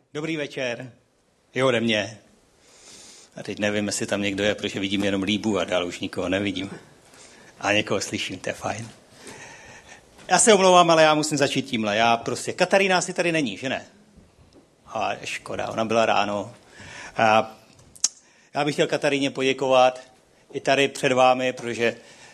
Dobrý večer. Je ode mě. A teď nevím, jestli tam někdo je, protože vidím jenom Líbu a dál už nikoho nevidím. A někoho slyším, to je fajn. Já se omlouvám, ale já musím začít tímhle. Katarína asi tady není, že ne? A škoda, ona byla ráno. A já bych chtěl Kataríně poděkovat i tady před vámi, protože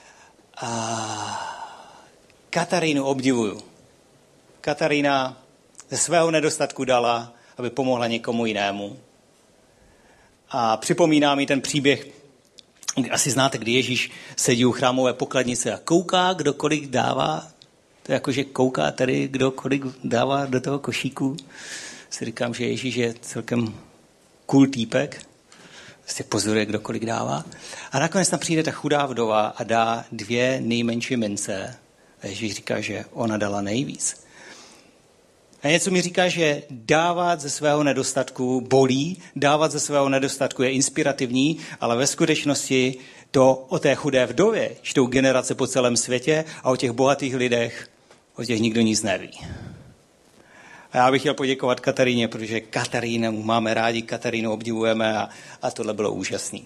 Katarínu obdivuju. Katarína ze svého nedostatku dala, aby pomohla někomu jinému. A připomíná mi ten příběh, asi znáte, kdy Ježíš sedí u chrámové pokladnice a kouká, kdo kolik dává. To je jako, že kouká tady, kdo kolik dává do toho košíku. Si říkám, že Ježíš je celkem cool týpek. Vlastně pozoruje, kdo kolik dává. A nakonec tam přijde ta chudá vdova a dá 2 nejmenší mince. A Ježíš říká, že ona dala nejvíc. A něco mi říká, že dávat ze svého nedostatku bolí, dávat ze svého nedostatku je inspirativní, ale ve skutečnosti to o té chudé vdově čtou generace po celém světě a o těch bohatých lidech, o těch nikdo nic neví. A já bych chtěl poděkovat Kataríně, protože Katarínu máme rádi, Katarínu obdivujeme a tohle bylo úžasný.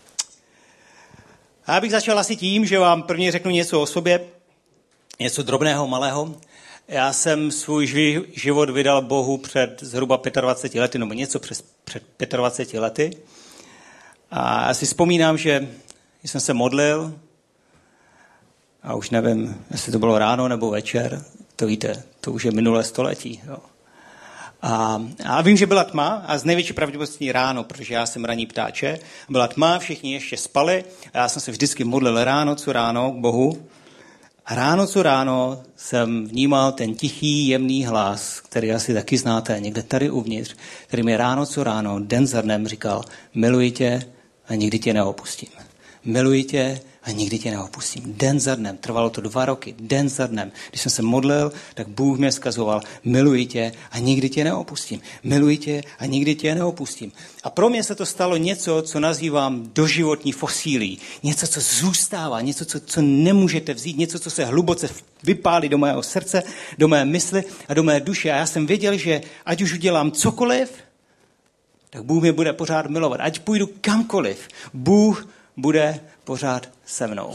A já bych začal asi tím, že vám prvně řeknu něco o sobě, něco drobného, malého. Já jsem svůj život vydal Bohu před zhruba 25 lety, nebo něco před 25 lety. A já si vzpomínám, že jsem se modlil, a už nevím, jestli to bylo ráno nebo večer, to víte, to už je minulé století. Jo. A vím, že byla tma a z největší pravděpodobností ráno, protože já jsem ranní ptáče. Byla tma, všichni ještě spali a já jsem se vždycky modlil ráno co ráno k Bohu. A ráno co ráno jsem vnímal ten tichý, jemný hlas, který asi taky znáte, někde tady uvnitř, který mi ráno co ráno, den za dnem říkal, miluji tě a nikdy tě neopustím. Miluji tě a nikdy tě neopustím. Den za dnem, trvalo to 2 roky, den za dnem. Když jsem se modlil, tak Bůh mě vzkazoval, miluji tě a nikdy tě neopustím. Miluji tě a nikdy tě neopustím. A pro mě se to stalo něco, co nazývám doživotní fosílí. Něco, co zůstává, něco, co nemůžete vzít, něco, co se hluboce vypálí do mého srdce, do mé mysli a do mé duše. A já jsem věděl, že ať už udělám cokoliv, tak Bůh mě bude pořád milovat. Ať půjdu kamkoliv, Bůh bude pořád se mnou.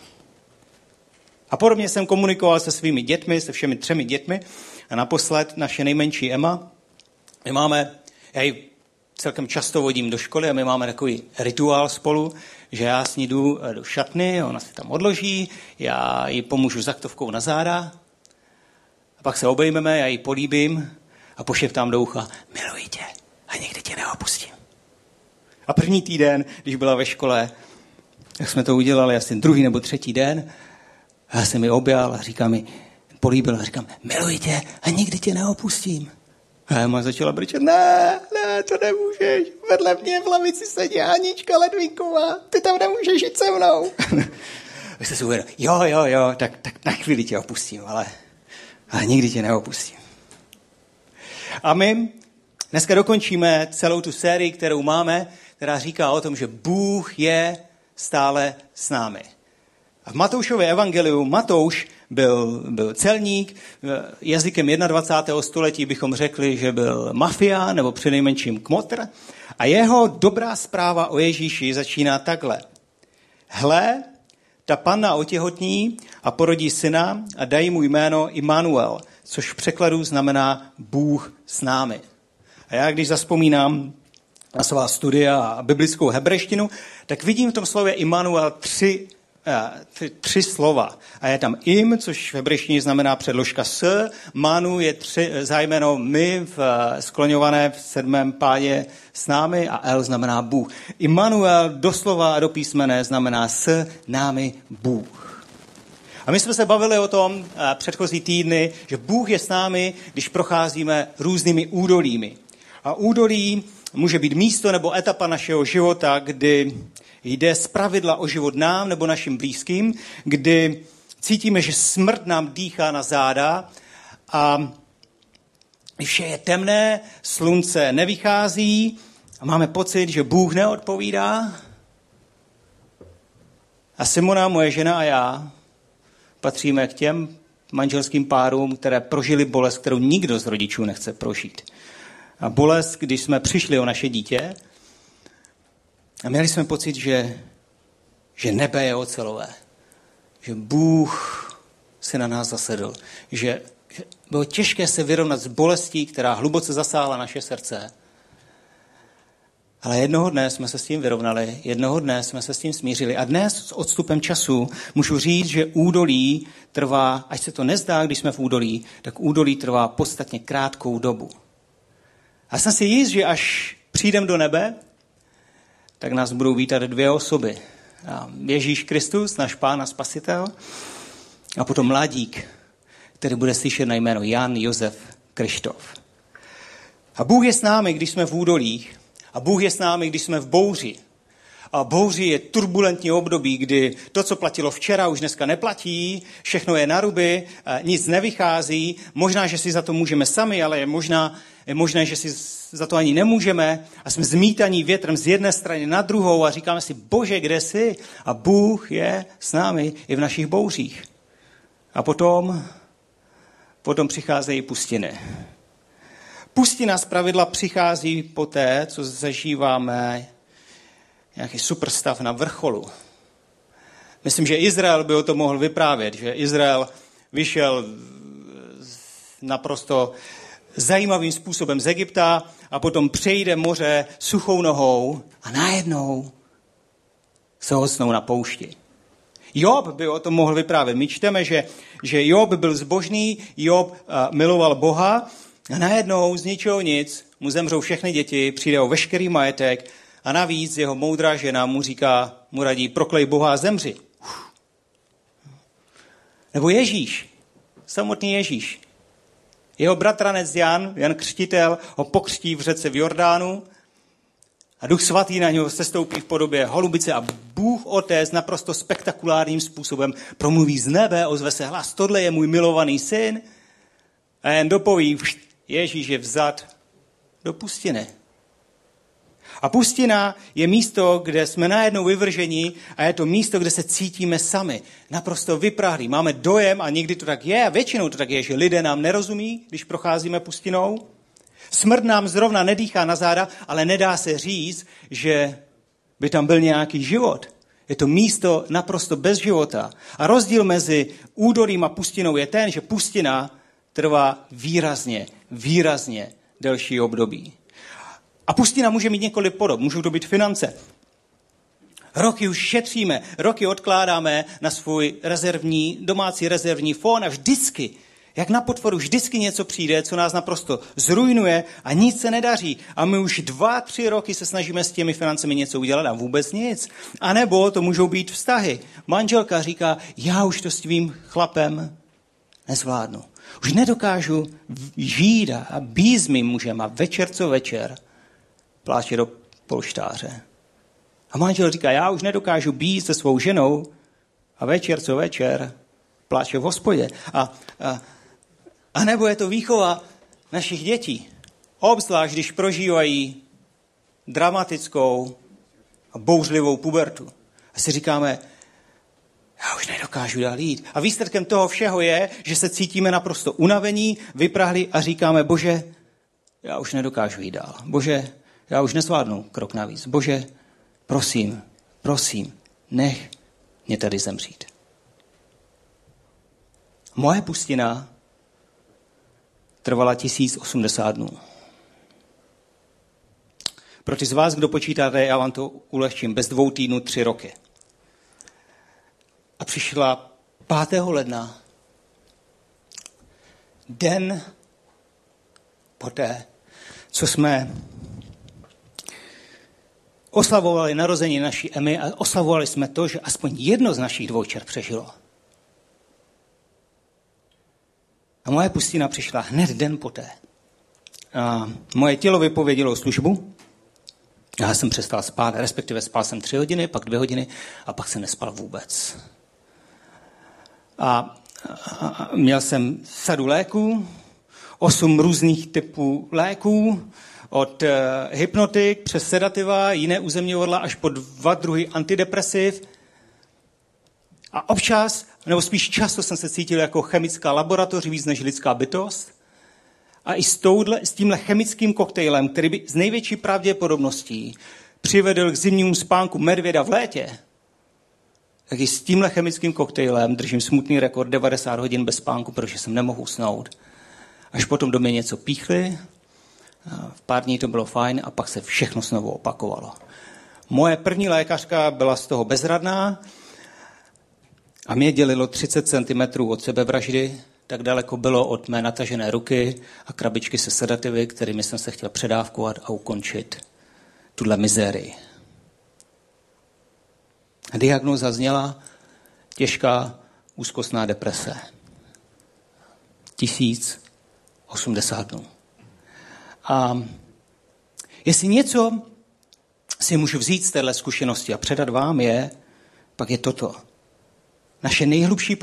A podobně jsem komunikoval se svými dětmi, se všemi 3 dětmi a naposled naše nejmenší Emma. Já ji celkem často vodím do školy a my máme takový rituál spolu, že já s ní jdu do šatny, ona se tam odloží, já jí pomůžu s aktovkou na záda a pak se obejmeme, já ji políbím a pošeptám do ucha, miluji tě a nikdy tě neopustím. A první týden, když byla ve škole, tak jsme to udělali asi 2. nebo 3. den. A já jsem ji objal a políbil a říkám, miluji tě a nikdy tě neopustím. A Emma začala brčet, ne, to nemůžeš. Vedle mě v lavici sedí Anička Ledvíková, ty tam nemůžeš jít se mnou. A jste si uvědomil, jo, tak na chvíli tě opustím, ale nikdy tě neopustím. A my dneska dokončíme celou tu sérii, kterou máme, která říká o tom, že Bůh je stále s námi. A v Matoušově evangeliu Matouš byl celník, jazykem 21. století bychom řekli, že byl mafián nebo přinejmenším kmotr. A jeho dobrá zpráva o Ježíši začíná takhle. Hle, ta panna otěhotní a porodí syna a dají mu jméno Immanuel, což v překladu znamená Bůh s námi. A já, když zavzpomínám na svá studia a biblickou hebrejštinu, tak vidím v tom slově Immanuel 3 slova. A je tam im, což v hebrejštině znamená předložka s, manu je zájmeno my, skloňované v 7. pádě s námi a el znamená Bůh. Immanuel doslova a do písmene znamená s námi Bůh. A my jsme se bavili o tom předchozí týdny, že Bůh je s námi, když procházíme různými údolími. A údolí může být místo nebo etapa našeho života, kdy jde zpravidla o život nám nebo našim blízkým, kdy cítíme, že smrt nám dýchá na záda a vše je temné, slunce nevychází a máme pocit, že Bůh neodpovídá. A Simona, moje žena a já patříme k těm manželským párům, které prožili bolest, kterou nikdo z rodičů nechce prožít. a bolest, když jsme přišli o naše dítě a měli jsme pocit, že nebe je ocelové, že Bůh se na nás zasedl, že bylo těžké se vyrovnat s bolestí, která hluboce zasáhla naše srdce. Ale jednoho dne jsme se s tím vyrovnali, jednoho dne jsme se s tím smířili. A dnes s odstupem času můžu říct, že údolí trvá, až se to nezdá, když jsme v údolí, tak údolí trvá podstatně krátkou dobu. A jsem si jist, že až přijdem do nebe, tak nás budou vítat dvě osoby. Ježíš Kristus, náš Pán a Spasitel, a potom mladík, který bude slyšet na jméno Jan Josef Krištof. A Bůh je s námi, když jsme v údolích, a Bůh je s námi, když jsme v bouři. A bouři je turbulentní období, kdy to, co platilo včera, už dneska neplatí, všechno je na ruby, nic nevychází, možná, že si za to můžeme sami, ale je možné, že si za to ani nemůžeme a jsme zmítaní větrem z jedné strany na druhou a říkáme si, Bože, kde jsi? A Bůh je s námi i v našich bouřích. A potom přicházejí pustiny. Pustina zpravidla přichází poté, co zažíváme nějaký superstav na vrcholu. Myslím, že Izrael by o tom mohl vyprávět, že Izrael vyšel naprosto zajímavým způsobem z Egypta a potom přejde moře suchou nohou a najednou se ocitnou na poušti. Job by o tom mohl vyprávět. My čteme, že Job byl zbožný, Job miloval Boha a najednou z ničeho nic mu zemřou všechny děti, přijde o veškerý majetek a navíc jeho moudrá žena mu radí proklej Boha a zemři. Nebo Ježíš, samotný Ježíš. Jeho bratranec Jan Křtitel, ho pokřtí v řece v Jordánu a Duch Svatý na něho sestoupí v podobě holubice a Bůh Otec naprosto spektakulárním způsobem promluví z nebe, ozve se hlas, tohle je můj milovaný syn a jen dopoví, Ježíš je vzat do pustiny. A pustina je místo, kde jsme najednou vyvrženi a je to místo, kde se cítíme sami. Naprosto vyprahlí. Máme dojem, a někdy to tak je, a většinou to tak je, že lidé nám nerozumí, když procházíme pustinou. Smrt nám zrovna nedýchá na záda, ale nedá se říct, že by tam byl nějaký život. Je to místo naprosto bez života. A rozdíl mezi údolím a pustinou je ten, že pustina trvá výrazně delší období. A pustina může mít několik podob. Můžou to být finance. Roky už šetříme, roky odkládáme na svůj domácí rezervní fond a vždycky, jak na potvoru, vždycky něco přijde, co nás naprosto zrujnuje a nic se nedaří. A my už 2-3 roky se snažíme s těmi financemi něco udělat a vůbec nic. A nebo to můžou být vztahy. Manželka říká, já už to s tvým chlapem nezvládnu. Už nedokážu žít a být s mým mužem a večer co večer pláče do polštáře. A manžel říká, já už nedokážu být se svou ženou a večer co večer pláče v hospodě. A nebo je to výchova našich dětí. Obzvlášť, když prožívají dramatickou a bouřlivou pubertu. A si říkáme, já už nedokážu dál jít. A výsledkem toho všeho je, že se cítíme naprosto unavení, vyprahli a říkáme, Bože, já už nedokážu jít dál. Bože, já už nezvládnu krok navíc. Bože, prosím, nech mě tady zemřít. Moje pustina trvala 1080 dnů. Pro ty z vás, kdo počítáte, já vám to ulehčím, bez 2 týdnů 3 roky. A přišla 5. ledna, den poté, co jsme oslavovali narození naší Emy a oslavovali jsme to, že aspoň jedno z našich dvojčat přežilo. A moje pustina přišla hned den poté. A moje tělo vypovědělo službu. Já jsem přestal spát, respektive spal jsem 3 hodiny, pak 2 hodiny a pak jsem nespal vůbec. A měl jsem sadu léků, 8 různých typů léků, od hypnotik přes sedativa, jiné uzemňovadla až po 2 druhy antidepresiv. A občas, nebo spíš často jsem se cítil jako chemická laboratoř víc než lidská bytost. a i s tímhle chemickým koktejlem, který by z největší pravděpodobností přivedl k zimnímu spánku medvěda v létě, tak i s tímhle chemickým koktejlem držím smutný rekord 90 hodin bez spánku, protože jsem nemohl usnout. Až potom do mě něco píchli, v pár dní to bylo fajn a pak se všechno znovu opakovalo. Moje první lékařka byla z toho bezradná a mě dělilo 30 cm od sebevraždy, tak daleko bylo od mé natažené ruky a krabičky se sedativy, kterými jsem se chtěl předávkovat a ukončit tuhle mizérii. Diagnóza zněla těžká úzkostná deprese. 1080 dnů. A jestli něco si můžu vzít z téhle zkušenosti a předat vám pak je toto. Naše nejhlubší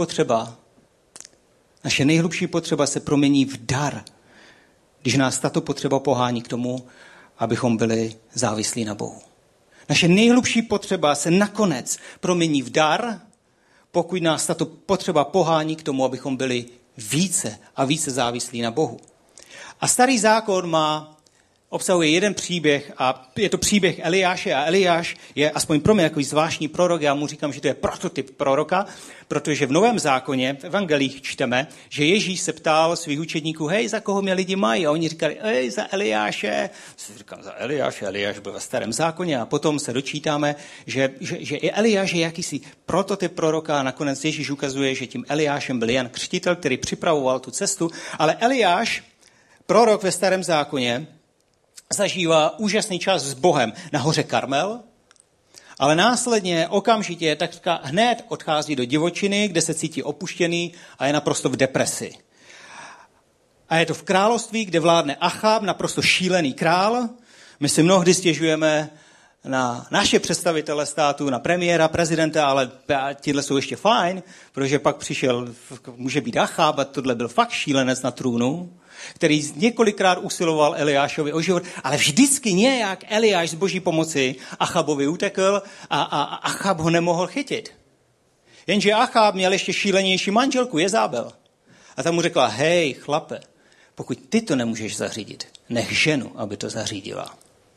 potřeba se promění v dar, když nás tato potřeba pohání k tomu, abychom byli závislí na Bohu. Naše nejhlubší potřeba se nakonec promění v dar, pokud nás tato potřeba pohání k tomu, abychom byli více a více závislí na Bohu. A starý zákon obsahuje jeden příběh a je to příběh Eliáše a Eliáš je aspoň pro mě takový zvláštní prorok. Já mu říkám, že to je prototyp proroka, protože v Novém zákoně, v evangelích čteme, že Ježíš se ptal svých učedníků, hej, za koho mě lidi mají? A oni říkali, hej, za Eliáše. Říkám, za Eliáše, Eliáš byl ve starém zákoně a potom se dočítáme, že i Eliáš je jakýsi prototyp proroka a nakonec Ježíš ukazuje, že tím Eliášem byl Jan Křtitel, který připravoval tu cestu, ale Eliáš, prorok ve starém zákoně, zažívá úžasný čas s Bohem na hoře Karmel, ale následně okamžitě takřka hned odchází do divočiny, kde se cítí opuštěný a je naprosto v depresi. A je to v království, kde vládne Achab, naprosto šílený král. My si mnohdy stěžujeme na naše představitele státu, na premiéra, prezidenta, ale tihle jsou ještě fajn, protože pak může být Achab a tohle byl fakt šílenec na trůnu, který několikrát usiloval Eliášovi o život, ale vždycky nějak Eliáš z boží pomoci Achabovi utekl a Achab ho nemohl chytit. Jenže Achab měl ještě šílenější manželku, Jezabel. A ta mu řekla, hej, chlape, pokud ty to nemůžeš zařídit, nech ženu, aby to zařídila.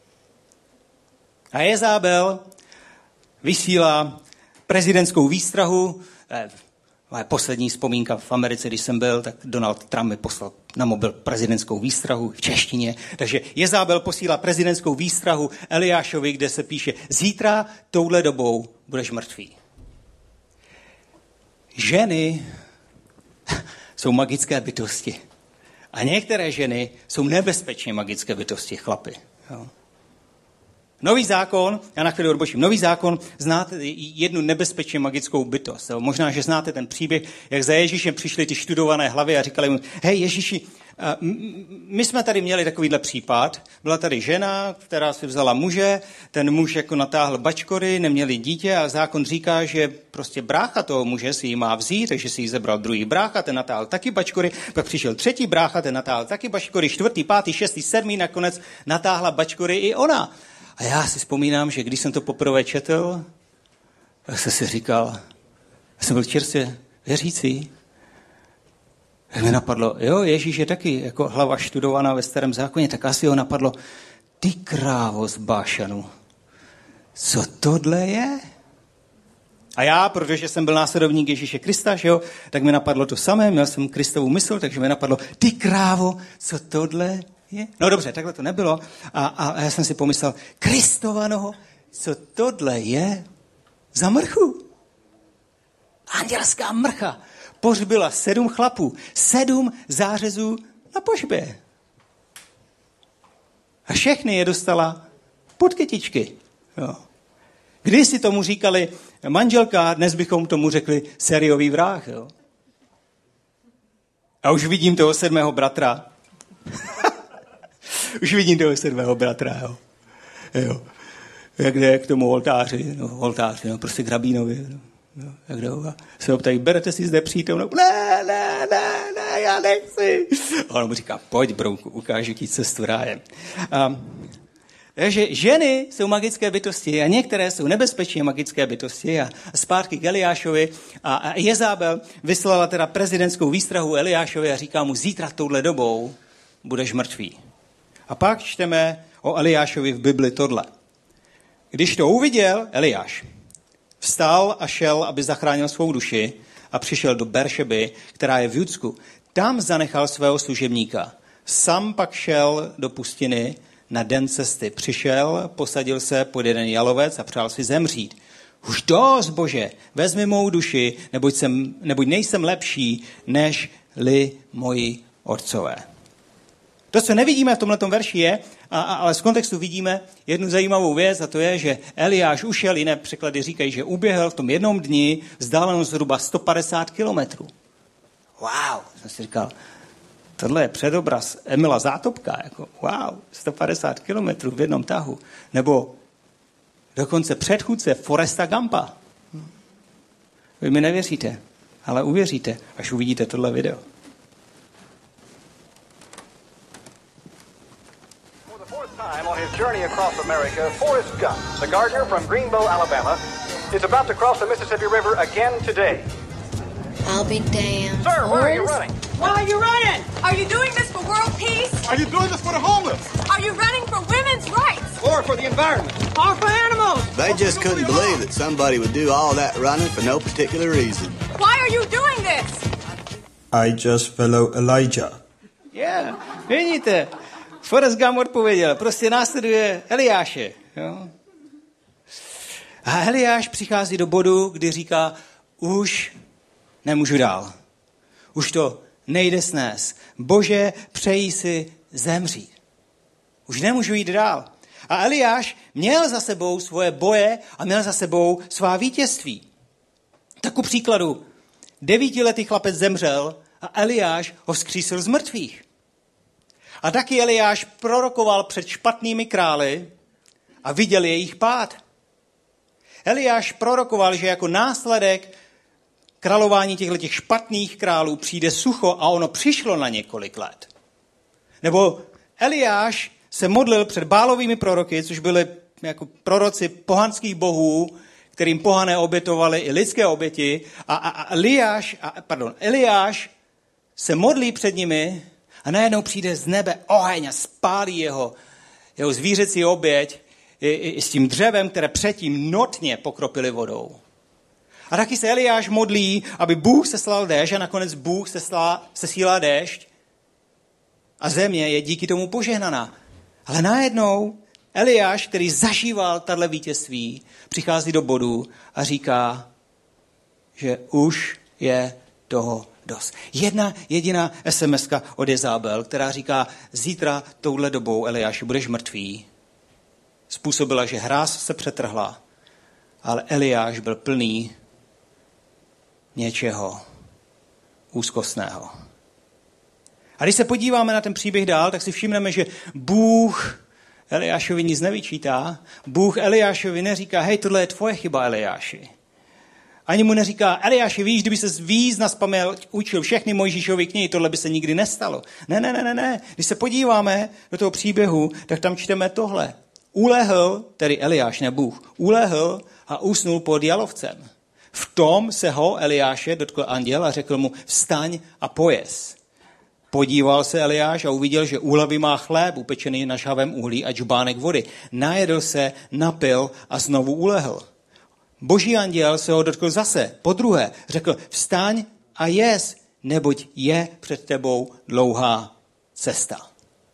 A Jezabel vysílá prezidentskou výstrahu. Moje poslední vzpomínka v Americe, když jsem byl, tak Donald Trump mi poslal na mobil prezidentskou výstrahu v češtině. Takže Jezabel posílá prezidentskou výstrahu Eliášovi, kde se píše, zítra touhle dobou budeš mrtvý. Ženy jsou magické bytosti. A některé ženy jsou nebezpečně magické bytosti, chlapi. Jo. Nový zákon, já na chvíli odbočím, Nový zákon, znáte jednu nebezpečně magickou bytost. Možná, že znáte ten příběh, jak za Ježíšem přišly ty študované hlavy a říkali mu, hej Ježíši, my jsme tady měli takovýhle případ, byla tady žena, která si vzala muže, ten muž jako natáhl bačkory, neměli dítě a zákon říká, že prostě brácha toho muže si ji má vzít, takže si ji zebral druhý brácha, ten natáhl taky bačkory, pak přišel třetí brácha, ten natáhl taky bačkory, čtvrtý, pátý, šestý, sedmý, nakonec natáhla bačkory i ona. A já si vzpomínám, že když jsem to poprvé četl, tak jsem si říkal, já jsem byl čerstvě věřící, tak mi napadlo, jo, Ježíš je taky jako hlava študovaná ve starém zákoně, tak asi ho napadlo, ty krávo z Bášanu, co tohle je? A já, protože jsem byl následovník Ježíše Krista, že jo, tak mi napadlo to samé, měl jsem Kristovu mysl, takže mi napadlo, ty krávo, co tohle je? No dobře, takhle to nebylo. A já jsem si pomyslel, Kristovanoho, co tohle je za mrchu? Andělská mrcha pohřbila 7 chlapů, 7 zářezů na pohřbě. A všechny je dostala pod kytičky. Jo. Když si tomu říkali manželka, dnes bychom tomu řekli sériový vrah. Jo. A už vidím toho 7. bratra. Už vidím toho 7. bratra, jo. Jo. Jak jde k tomu oltáři, prostě k rabínovi, jo. Jak jde, a se ho ptají, berete si zde přítomnou? Ne, já nechci. A on mu říká, pojď, brouku, ukážu ti cestu rájem. Takže ženy jsou magické bytosti a některé jsou nebezpečně magické bytosti a zpátky k Eliášovi a Jezabel vyslala teda prezidentskou výstrahu Eliášovi a říká mu, zítra touhle dobou budeš mrtvý. A pak čteme o Eliášovi v Bibli tohle. Když to uviděl Eliáš, vstal a šel, aby zachránil svou duši a přišel do Beršeby, která je v Judsku. Tam zanechal svého služebníka. Sam pak šel do pustiny na den cesty. Přišel, posadil se pod jeden jalovec a přál si zemřít. Už dost, Bože, vezmi mou duši, neboť nejsem lepší, než-li moji otcové. To, co nevidíme v tomhletom verši je, ale z kontextu vidíme jednu zajímavou věc, a to je, že Eliáš ušel, jiné překlady říkají, že uběhl v tom jednom dni vzdálenost zhruba 150 kilometrů. Wow, jsem si říkal, tohle je předobraz Emila Zátopka, jako wow, 150 kilometrů v jednom tahu. Nebo dokonce předchůdce Foresta Gumpa. Vy mi nevěříte, ale uvěříte, až uvidíte tohle video. On his journey across America, Forrest Gump, the gardener from Greenbow, Alabama, is about to cross the Mississippi River again today. I'll be damned. Sir, where are you running? Why are you running? Are you doing this for world peace? Are you doing this for the homeless? Are you running for women's rights? Or for the environment? Or for animals? They just couldn't believe that somebody would do all that running for no particular reason. Why are you doing this? I just follow Elijah. Vidíte, Forrest Gump odpověděl, prostě následuje Eliáše. Jo? A Eliáš přichází do bodu, kdy říká, už nemůžu dál. Už to nejde snést. Bože, přeji si zemřít. Už nemůžu jít dál. A Eliáš měl za sebou svoje boje a měl za sebou svá vítězství. Tak ku příkladu, 9letý chlapec zemřel a Eliáš ho vzkřísil z mrtvých. A taky Eliáš prorokoval před špatnými králi a viděl jejich pád. Eliáš prorokoval, že jako následek králování těchto špatných králů přijde sucho a ono přišlo na několik let. Nebo Eliáš se modlil před Bálovými proroky, což byli jako proroci pohanských bohů, kterým pohané obětovali i lidské oběti. A Eliáš se modlí před nimi a najednou přijde z nebe oheň a spálí jeho zvířecí oběť i s tím dřevem, které předtím notně pokropili vodou. A taky se Eliáš modlí, aby Bůh seslal déšť a nakonec Bůh sesílá déšť a země je díky tomu požehnaná. Ale najednou Eliáš, který zažíval tato vítězství, přichází do bodu a říká, že už je toho dost. Jedna jediná SMS-ka od Jezabel, která říká, zítra touhle dobou, Eliáši, budeš mrtvý, způsobila, že hráz se přetrhla, ale Eliáš byl plný něčeho úzkostného. A když se podíváme na ten příběh dál, tak si všimneme, že Bůh Eliášovi nic nevyčítá. Bůh Eliášovi neříká, hej, tohle je tvoje chyba, Eliáši. Ani mu neříká, Eliáši, víš, kdyby ses víc naspaměl, učil všechny Mojžíšovy knihy, tohle by se nikdy nestalo. Ne. Když se podíváme do toho příběhu, tak tam čteme tohle. Ulehl, tedy Eliáš, ne Bůh, ulehl a usnul pod jalovcem. V tom se ho Eliáše dotkl anděl a řekl mu, vstaň a pojez. Podíval se Eliáš a uviděl, že u hlavy má chléb upečený na žhavém uhlí a džbánek vody. Najedl se, napil a znovu ulehl. Boží anděl se ho dotkl zase, podruhé. Řekl, vstaň a jez, neboť je před tebou dlouhá cesta.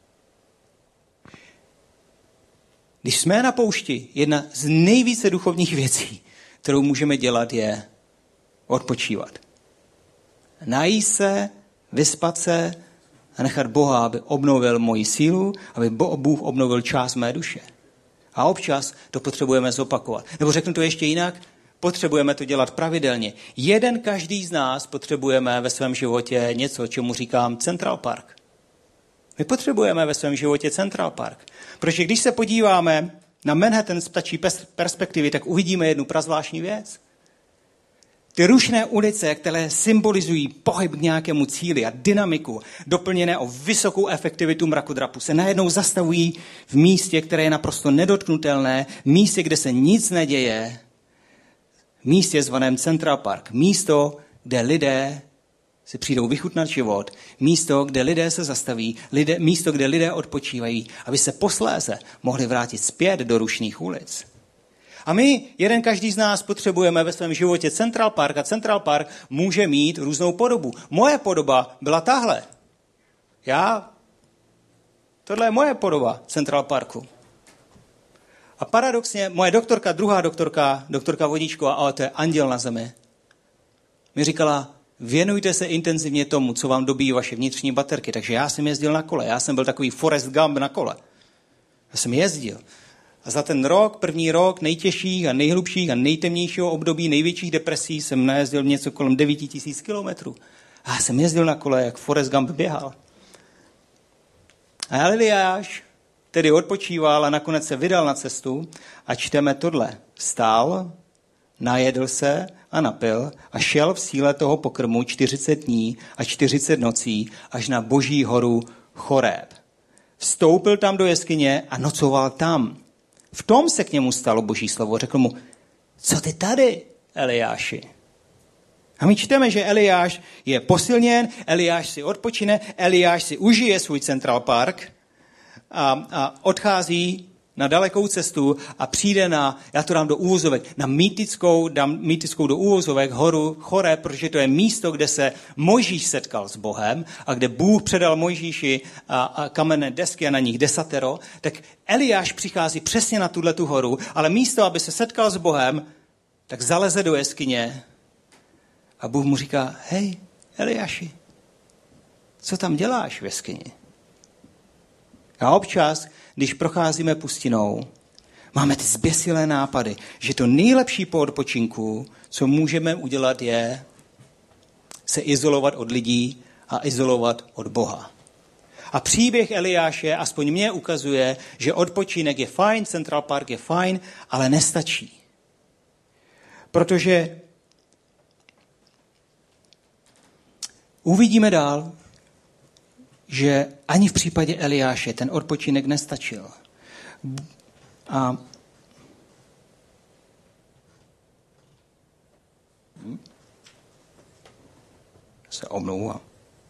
Když jsme na poušti, jedna z nejvíce duchovních věcí, kterou můžeme dělat, je odpočívat. Najít se, vyspat se a nechat Boha, aby obnovil moji sílu, aby Bůh obnovil část mé duše. A občas to potřebujeme zopakovat. Nebo řeknu to ještě jinak, potřebujeme to dělat pravidelně. Každý z nás potřebujeme ve svém životě něco, čemu říkám Central Park. My potřebujeme ve svém životě Central Park. Protože když se podíváme na Manhattan z ptačí perspektivy, tak uvidíme jednu prazvláštní věc. Ty rušné ulice, které symbolizují pohyb k nějakému cíli a dynamiku, doplněné o vysokou efektivitu mrakodrapu, se najednou zastavují v místě, které je naprosto nedotknutelné, v místě, kde se nic neděje, v místě zvaném Central Park. Místo, kde lidé si přijdou vychutnat život, místo, kde lidé se zastaví, místo, kde lidé odpočívají, aby se posléze mohli vrátit zpět do rušných ulic. A my, každý z nás, potřebujeme ve svém životě Central Park a Central Park může mít různou podobu. Moje podoba byla tahle. Tohle je moje podoba Central Parku. A paradoxně, moje doktorka, druhá doktorka Vodíčková, ale to je anděl na zemi, mi říkala, věnujte se intenzivně tomu, co vám dobíjí vaše vnitřní baterky. Takže já jsem jezdil na kole, já jsem byl takový Forrest Gump na kole. Já jsem jezdil. A za ten první rok nejtěžších a nejhlubších a nejtemnějšího období, největších depresí jsem najezdil něco kolem 9000 kilometrů. A já jsem jezdil na kole, jak Forrest Gump běhal. A Eliáš tedy odpočíval a nakonec se vydal na cestu a čteme tohle. Vstal, najedl se a napil a šel v síle toho pokrmu 40 dní a 40 nocí až na Boží horu Choreb. Vstoupil tam do jeskyně a nocoval tam. V tom se k němu stalo Boží slovo. Řekl mu, co ty tady, Eliáši? A my čteme, že Eliáš je posilněn, Eliáš si odpočine, Eliáš si užije svůj Central Park a odchází na dalekou cestu a přijde já to dám do úvozovek, dám mýtickou do úvozovek horu Choreb, protože to je místo, kde se Mojžíš setkal s Bohem a kde Bůh předal Mojžíši a kamenné desky a na nich desatero, tak Eliáš přichází přesně na tuhletu horu, ale místo, aby se setkal s Bohem, tak zaleze do jeskyně a Bůh mu říká, hej, Eliáši, co tam děláš v jeskyni? A občas, když procházíme pustinou, máme ty zběsilé nápady, že to nejlepší po odpočinku, co můžeme udělat, je se izolovat od lidí a izolovat od Boha. A příběh Eliáše aspoň mě ukazuje, že odpočinek je fajn, Central Park je fajn, ale nestačí. Protože uvidíme dál, že ani v případě Eliáše ten odpočinek nestačil. A se omlouvám.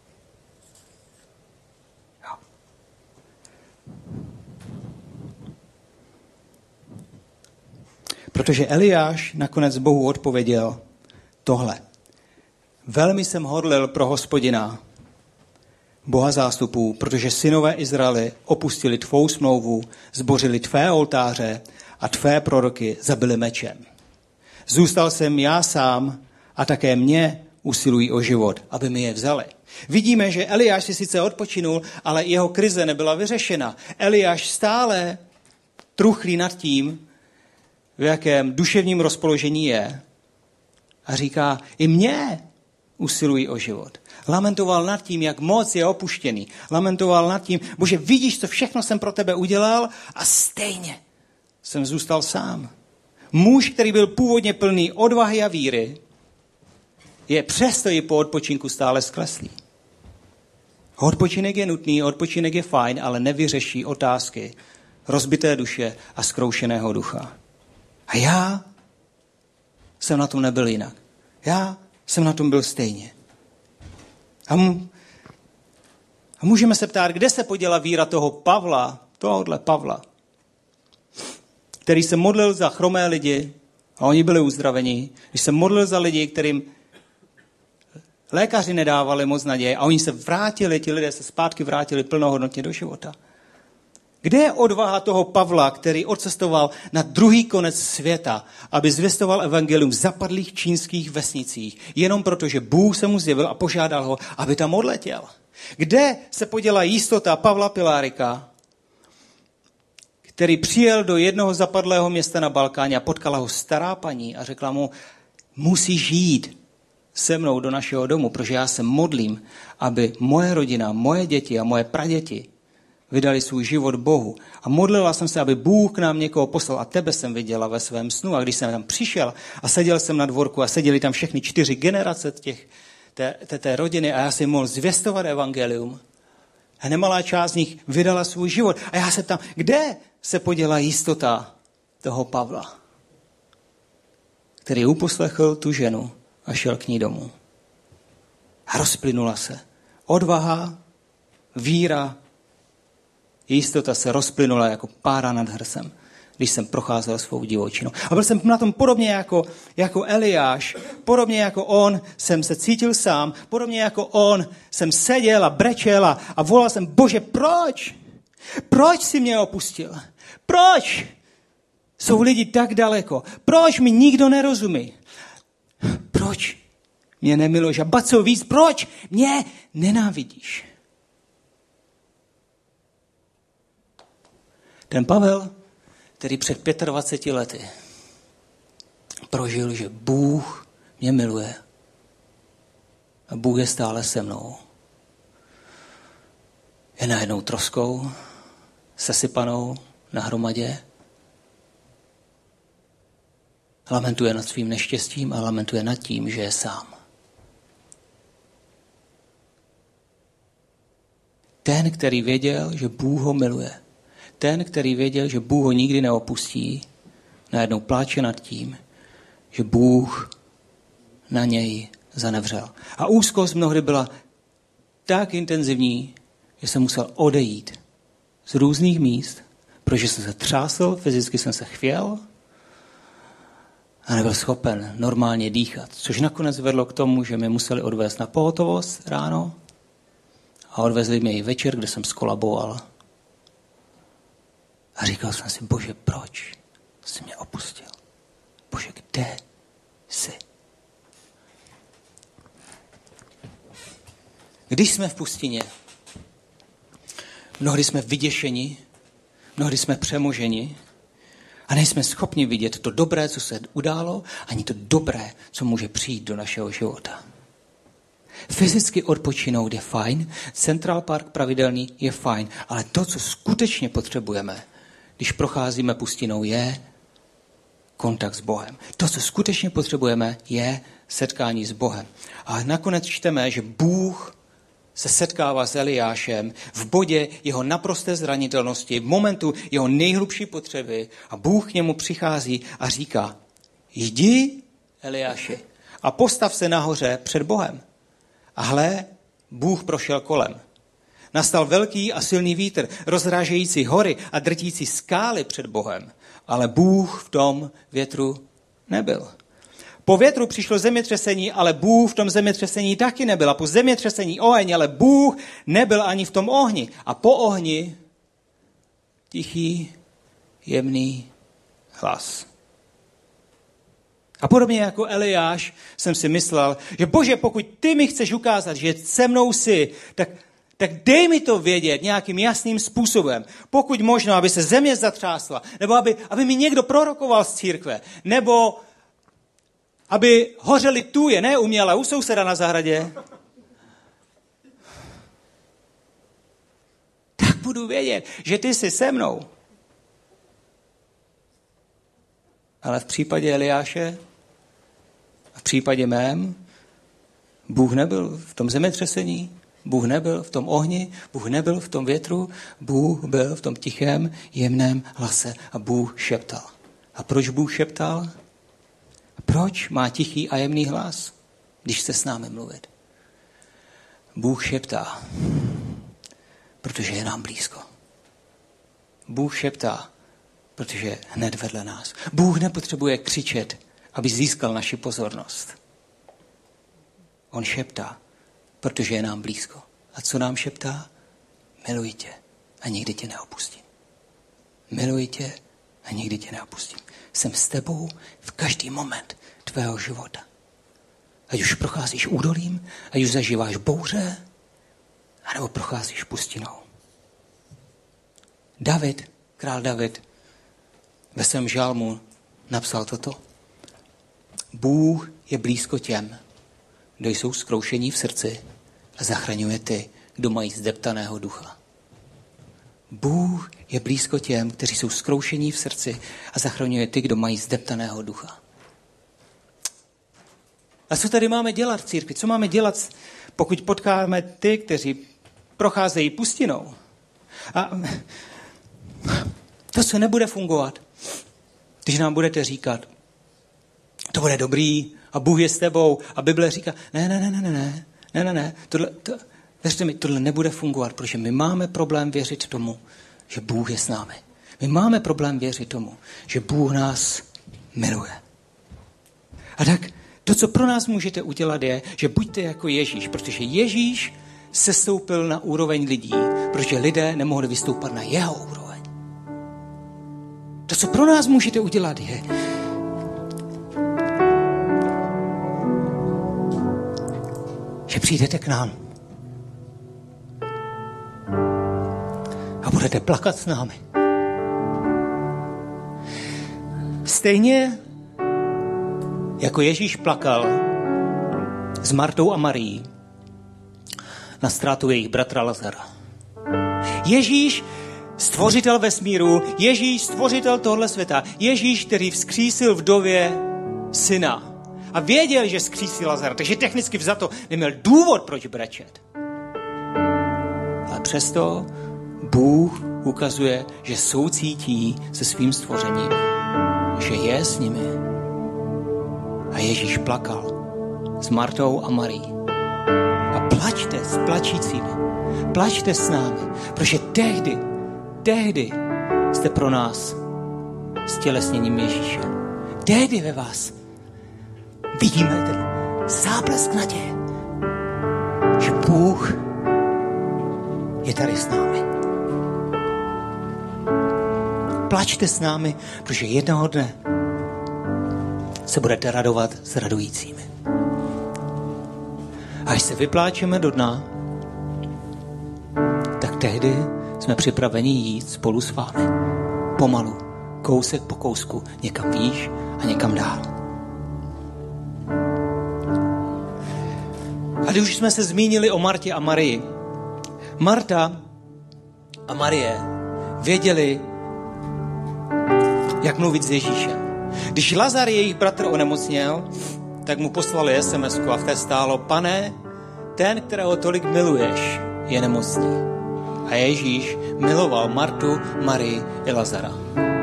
Protože Eliáš nakonec Bohu odpověděl tohle. Velmi jsem hodlil pro Hospodina, Boha zástupů, protože synové Izraeli opustili tvou smlouvu, zbořili tvé oltáře a tvé proroky zabili mečem. Zůstal jsem já sám a také mě usilují o život, aby mi je vzali. Vidíme, že Eliáš si sice odpočinul, ale jeho krize nebyla vyřešena. Eliáš stále truchlí nad tím, v jakém duševním rozpoložení je a říká, i mě usilují o život. Lamentoval nad tím, jak moc je opuštěný. Lamentoval nad tím, Bože, vidíš, co všechno jsem pro tebe udělal a stejně jsem zůstal sám. Muž, který byl původně plný odvahy a víry, je přesto i po odpočinku stále skleslý. Odpočinek je nutný, odpočinek je fajn, ale nevyřeší otázky rozbité duše a zkroušeného ducha. A já jsem na tom nebyl jinak. Já jsem na tom byl stejně. A můžeme se ptát, kde se poděla víra tohohle Pavla, který se modlil za chromé lidi a oni byli uzdraveni, když se modlil za lidi, kterým lékaři nedávali moc naděje a oni se vrátili, ti lidé se zpátky vrátili plnohodnotně do života. Kde je odvaha toho Pavla, který odcestoval na druhý konec světa, aby zvěstoval evangelium v zapadlých čínských vesnicích, jenom proto, že Bůh se mu zjevil a požádal ho, aby tam odletěl? Kde se poděla jistota Pavla Pilárika, který přijel do jednoho zapadlého města na Balkáně a potkala ho stará paní a řekla mu, musíš jít se mnou do našeho domu, protože já se modlím, aby moje rodina, moje děti a moje praděti vydali svůj život Bohu. A modlila jsem se, aby Bůh k nám někoho poslal a tebe jsem viděla ve svém snu. A když jsem tam přišel a seděl jsem na dvorku a seděli tam všechny 4 generace té rodiny a já jsem mohl zvěstovat evangelium. A nemalá část z nich vydala svůj život. A já se ptám, kde se poděla jistota toho Pavla, který uposlechl tu ženu a šel k ní domů. A rozplynula se. Odvaha, víra, jistota se rozplynula jako pára nad hrsem, když jsem procházel svou divočinou. A byl jsem na tom podobně jako Eliáš, podobně jako on jsem se cítil sám, podobně jako on jsem seděl a brečel a volal jsem, Bože, proč? Proč jsi mě opustil? Proč jsou lidi tak daleko? Proč mi nikdo nerozumí? Proč mě nemiluješ? A ba co víc, proč mě nenávidíš? Ten Pavel, který před 25 lety prožil, že Bůh mě miluje a Bůh je stále se mnou, je najednou troskou, sesypanou na hromadě, lamentuje nad svým neštěstím a lamentuje nad tím, že je sám. Ten, který věděl, že Bůh ho miluje, ten, který věděl, že Bůh ho nikdy neopustí, najednou pláče nad tím, že Bůh na něj zanevřel. A úzkost mnohdy byla tak intenzivní, že jsem musel odejít z různých míst, protože jsem se třásl, fyzicky jsem se chvěl a nebyl schopen normálně dýchat. Což nakonec vedlo k tomu, že mě museli odvést na pohotovost ráno a odvezli mě i večer, kde jsem skolaboval. A říkal jsem si, Bože, proč jsi mě opustil? Bože, kde jsi? Když jsme v pustině, mnohdy jsme vyděšeni, mnohdy jsme přemoženi a nejsme schopni vidět to dobré, co se událo, ani to dobré, co může přijít do našeho života. Fyzicky odpočinout je fajn, Central Park pravidelný je fajn, ale to, co skutečně potřebujeme, když procházíme pustinou, je kontakt s Bohem. To, co skutečně potřebujeme, je setkání s Bohem. A nakonec čteme, že Bůh se setkává s Eliášem v bodě jeho naprosté zranitelnosti, v momentu jeho nejhlubší potřeby a Bůh k němu přichází a říká, jdi, Eliáši, a postav se nahoře před Bohem. A hle, Bůh prošel kolem. Nastal velký a silný vítr, rozrážející hory a drtící skály před Bohem. Ale Bůh v tom větru nebyl. Po větru přišlo zemětřesení, ale Bůh v tom zemětřesení taky nebyl. A po zemětřesení oheň, ale Bůh nebyl ani v tom ohni. A po ohni tichý, jemný hlas. A podobně jako Eliáš jsem si myslel, že Bože, pokud ty mi chceš ukázat, že se mnou jsi, tak dej mi to vědět nějakým jasným způsobem. Pokud možno, aby se země zatřásla, nebo aby mi někdo prorokoval z církve, nebo aby hořely tuje, ne u mě, ale u souseda na zahradě. Tak budu vědět, že ty jsi se mnou. Ale v případě Eliáše a v případě mém Bůh nebyl v tom zemětřesení, Bůh nebyl v tom ohni, Bůh nebyl v tom větru, Bůh byl v tom tichém, jemném hlase a Bůh šeptal. A proč Bůh šeptal? Proč má tichý a jemný hlas, když chce s námi mluvit? Bůh šeptá, protože je nám blízko. Bůh šeptá, protože je hned vedle nás. Bůh nepotřebuje křičet, aby získal naši pozornost. On šeptá, protože je nám blízko. A co nám šeptá? Miluji tě a nikdy tě neopustím. Miluji tě a nikdy tě neopustím. Jsem s tebou v každý moment tvého života. Ať už procházíš údolím, ať už zažíváš bouře, anebo procházíš pustinou. Král David, ve svém žalmu napsal toto. Bůh je blízko těm, kdo jsou zkroušení v srdci a zachraňuje ty, kdo mají zdeptaného ducha. Bůh je blízko těm, kteří jsou zkroušení v srdci a zachraňuje ty, kdo mají zdeptaného ducha. A co tady máme dělat v církvi? Co máme dělat, pokud potkáme ty, kteří procházejí pustinou? A to, co nebude fungovat, když nám budete říkat, to bude dobrý a Bůh je s tebou a Bible říká, ne, Ne, věřte mi, tohle nebude fungovat, protože my máme problém věřit tomu, že Bůh je s námi. My máme problém věřit tomu, že Bůh nás miluje. A tak to, co pro nás můžete udělat, je, že buďte jako Ježíš, protože Ježíš sestoupil na úroveň lidí, protože lidé nemohli vystoupat na jeho úroveň. To, co pro nás můžete udělat, je, že přijdete k nám a budete plakat s námi. Stejně jako Ježíš plakal s Martou a Marií na ztrátu jejich bratra Lazara. Ježíš, stvořitel vesmíru, Ježíš, stvořitel tohle světa, Ježíš, který vzkřísil vdově syna a věděl, že vzkřísil Lazara, takže technicky vzato neměl důvod, proč brečet. Ale přesto Bůh ukazuje, že soucítí se svým stvořením, že je s nimi. A Ježíš plakal s Martou a Marií. A plačte s plačícími. Plačte s námi, protože tehdy jste pro nás stělesněním Ježíše. Tehdy ve vás vidíme ten záblesk naděje, že Bůh je tady s námi. Plačte s námi, protože jednoho dne se budete radovat s radujícími. A až se vypláčeme do dna, tak tehdy jsme připraveni jít spolu s vámi. Pomalu, kousek po kousku, někam výš a někam dál. A když už jsme se zmínili o Martě a Marii, Marta a Marie věděli, jak mluvit s Ježíšem. Když Lazar, jejich bratr, onemocněl, tak mu poslali SMS-ku a v té stálo: Pane, ten, kterého tolik miluješ, je nemocný. A Ježíš miloval Martu, Marii i Lazara.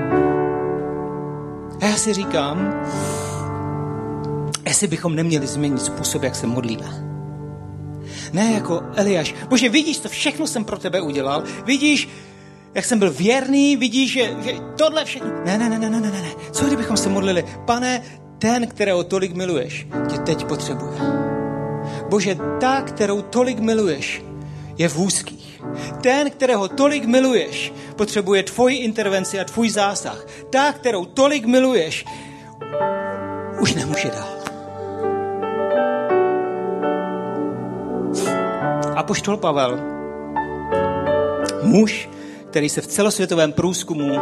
A já si říkám, jestli bychom neměli změnit způsob, jak se modlíme. Ne jako Eliáš. Bože, vidíš, to všechno jsem pro tebe udělal. Vidíš, jak jsem byl věrný, vidíš, že tohle všechno... Ne. Co kdybychom se modlili? Pane, ten, kterého tolik miluješ, tě teď potřebuje. Bože, ta, kterou tolik miluješ, je v úzkých. Ten, kterého tolik miluješ, potřebuje tvoji intervenci a tvůj zásah. Ta, kterou tolik miluješ, už nemůže dál. Apoštol Pavel, muž, který se v celosvětovém průzkumu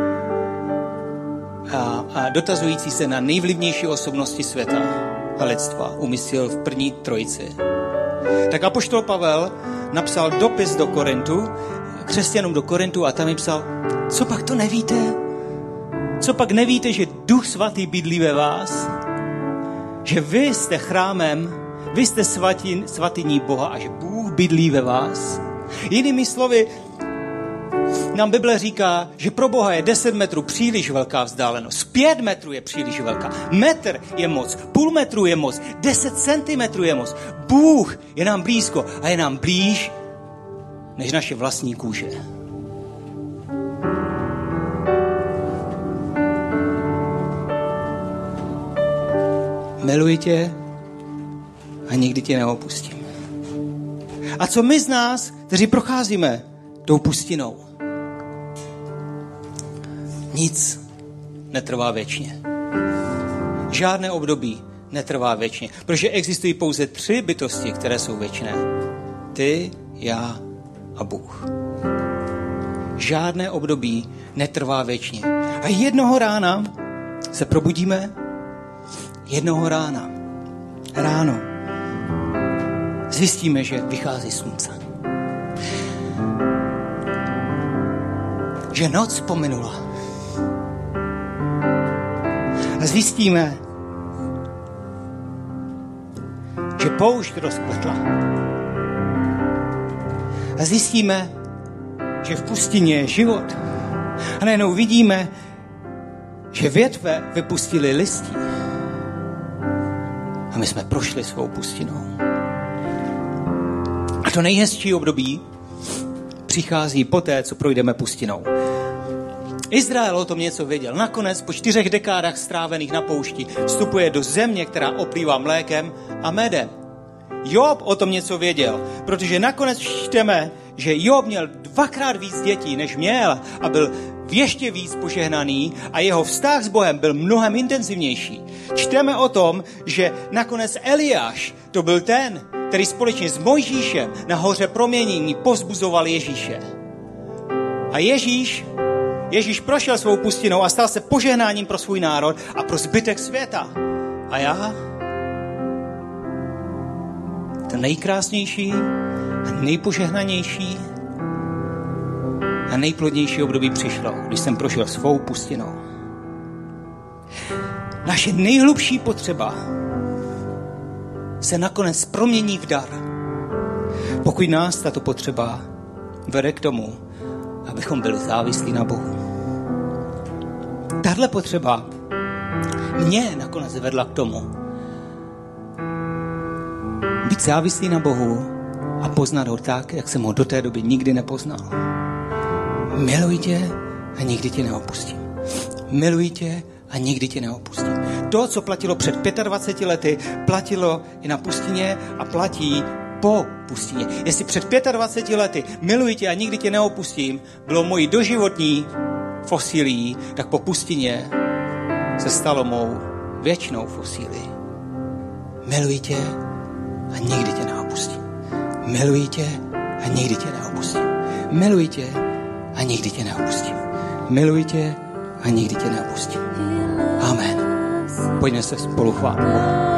a dotazující se na nejvlivnější osobnosti světa a lidstva umístil v první trojici. Tak apoštol Pavel napsal dopis do Korintu, křesťanům do Korintu, a tam jim psal: co pak to nevíte? Co pak nevíte, že Duch Svatý bydlí ve vás? Že vy jste chrámem, vy jste svatyní Boha a že Bůh bydlí ve vás? Jinými slovy, nám Bible říká, že pro Boha je 10 metrů příliš velká vzdálenost. 5 metrů je příliš velká. Metr je moc. Půl metru je moc. 10 centimetrů je moc. Bůh je nám blízko a je nám blíž než naše vlastní kůže. Miluji tě a nikdy tě neopustím. A co my z nás, kteří procházíme tou pustinou? Nic netrvá věčně. Žádné období netrvá věčně, protože existují pouze 3 bytosti, které jsou věčné. Ty, já a Bůh. Žádné období netrvá věčně. A jednoho rána se probudíme, jednoho ráno zjistíme, že vychází slunce. Že noc pominula. A zjistíme, že poušť rozkvetla. A zjistíme, že v pustině je život. A najednou vidíme, že větve vypustily listí. A my jsme prošli svou pustinou. to nejhezčí období přichází poté, co projdeme pustinou. Izrael o tom něco věděl. Nakonec po 4 dekádách strávených na poušti vstupuje do země, která oplývá mlékem a medem. Job o tom něco věděl, protože nakonec čteme, že Job měl 2krát víc dětí, než měl a byl ještě víc požehnaný a jeho vztah s Bohem byl mnohem intenzivnější. Čteme o tom, že nakonec Eliáš to byl ten, který společně s Mojžíšem na hoře proměnění povzbuzoval Ježíše. A Ježíš prošel svou pustinou a stal se požehnáním pro svůj národ a pro zbytek světa. A já? To nejkrásnější, nejpožehnanější a nejplodnější období přišlo, když jsem prošel svou pustinou. Naše nejhlubší potřeba se nakonec promění v dar, pokud nás tato potřeba vede k tomu, abychom byli závislí na Bohu. Tahle potřeba mě nakonec vedla k tomu, být závislý na Bohu a poznat ho tak, jak jsem ho do té doby nikdy nepoznal. Miluji tě a nikdy tě neopustím. Miluji tě a nikdy tě neopustím. To, co platilo před 25 lety, platilo i na pustině a platí po pustině. Jestli před 25 lety miluji tě a nikdy tě neopustím bylo mojí doživotní fosílií, tak po pustině se stalo mou věčnou fosílií. Miluji tě a nikdy tě neopustím. Miluji tě a nikdy tě neopustím. Miluji tě a nikdy tě neopustím. Miluji tě a nikdy tě neopustím. Amen. Pojďme se spolu chválit Bohu.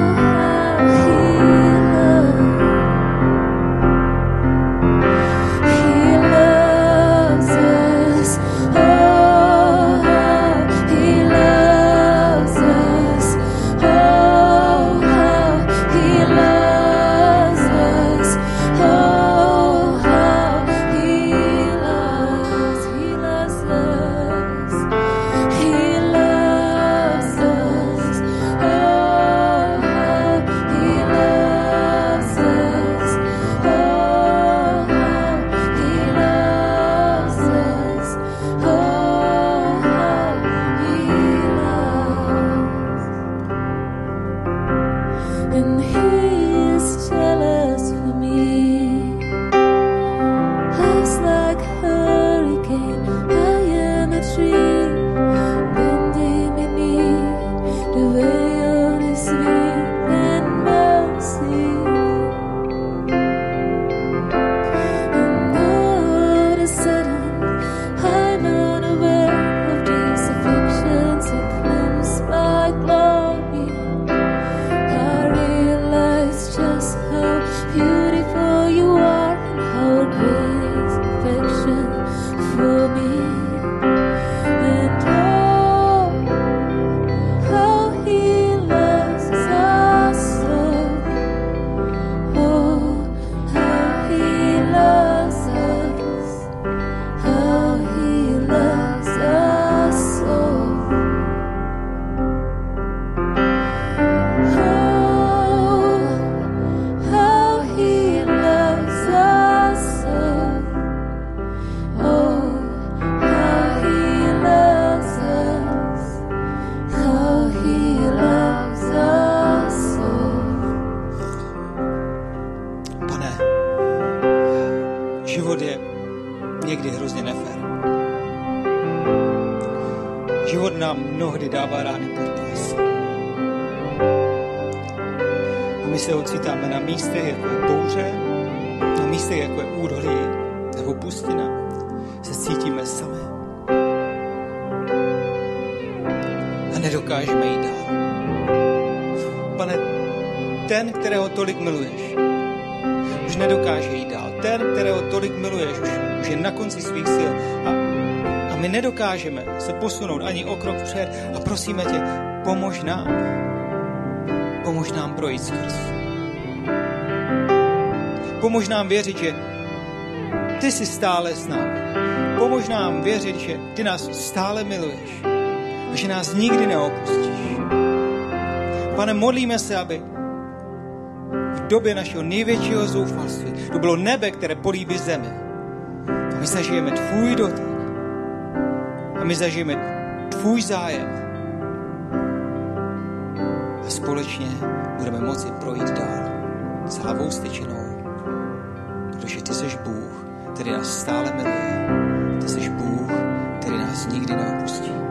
Tolik miluješ, už nedokáže jít dál. Ten, kterého tolik miluješ, už je na konci svých sil a my nedokážeme se posunout ani o krok vpřed a prosíme tě, pomož nám projít skrz. Pomož nám věřit, že ty jsi stále s námi. Pomož nám věřit, že ty nás stále miluješ a že nás nikdy neopustíš. Pane, modlíme se, aby v době našeho největšího zoufalství, To bylo nebe, které políbí zemi. A my zažijeme tvůj dotek. A my zažijeme tvůj zájem. A společně budeme moci projít dál s hlavou styčenou. Protože ty jsi Bůh, který nás stále miluje. Ty jsi Bůh, který nás nikdy neopustí.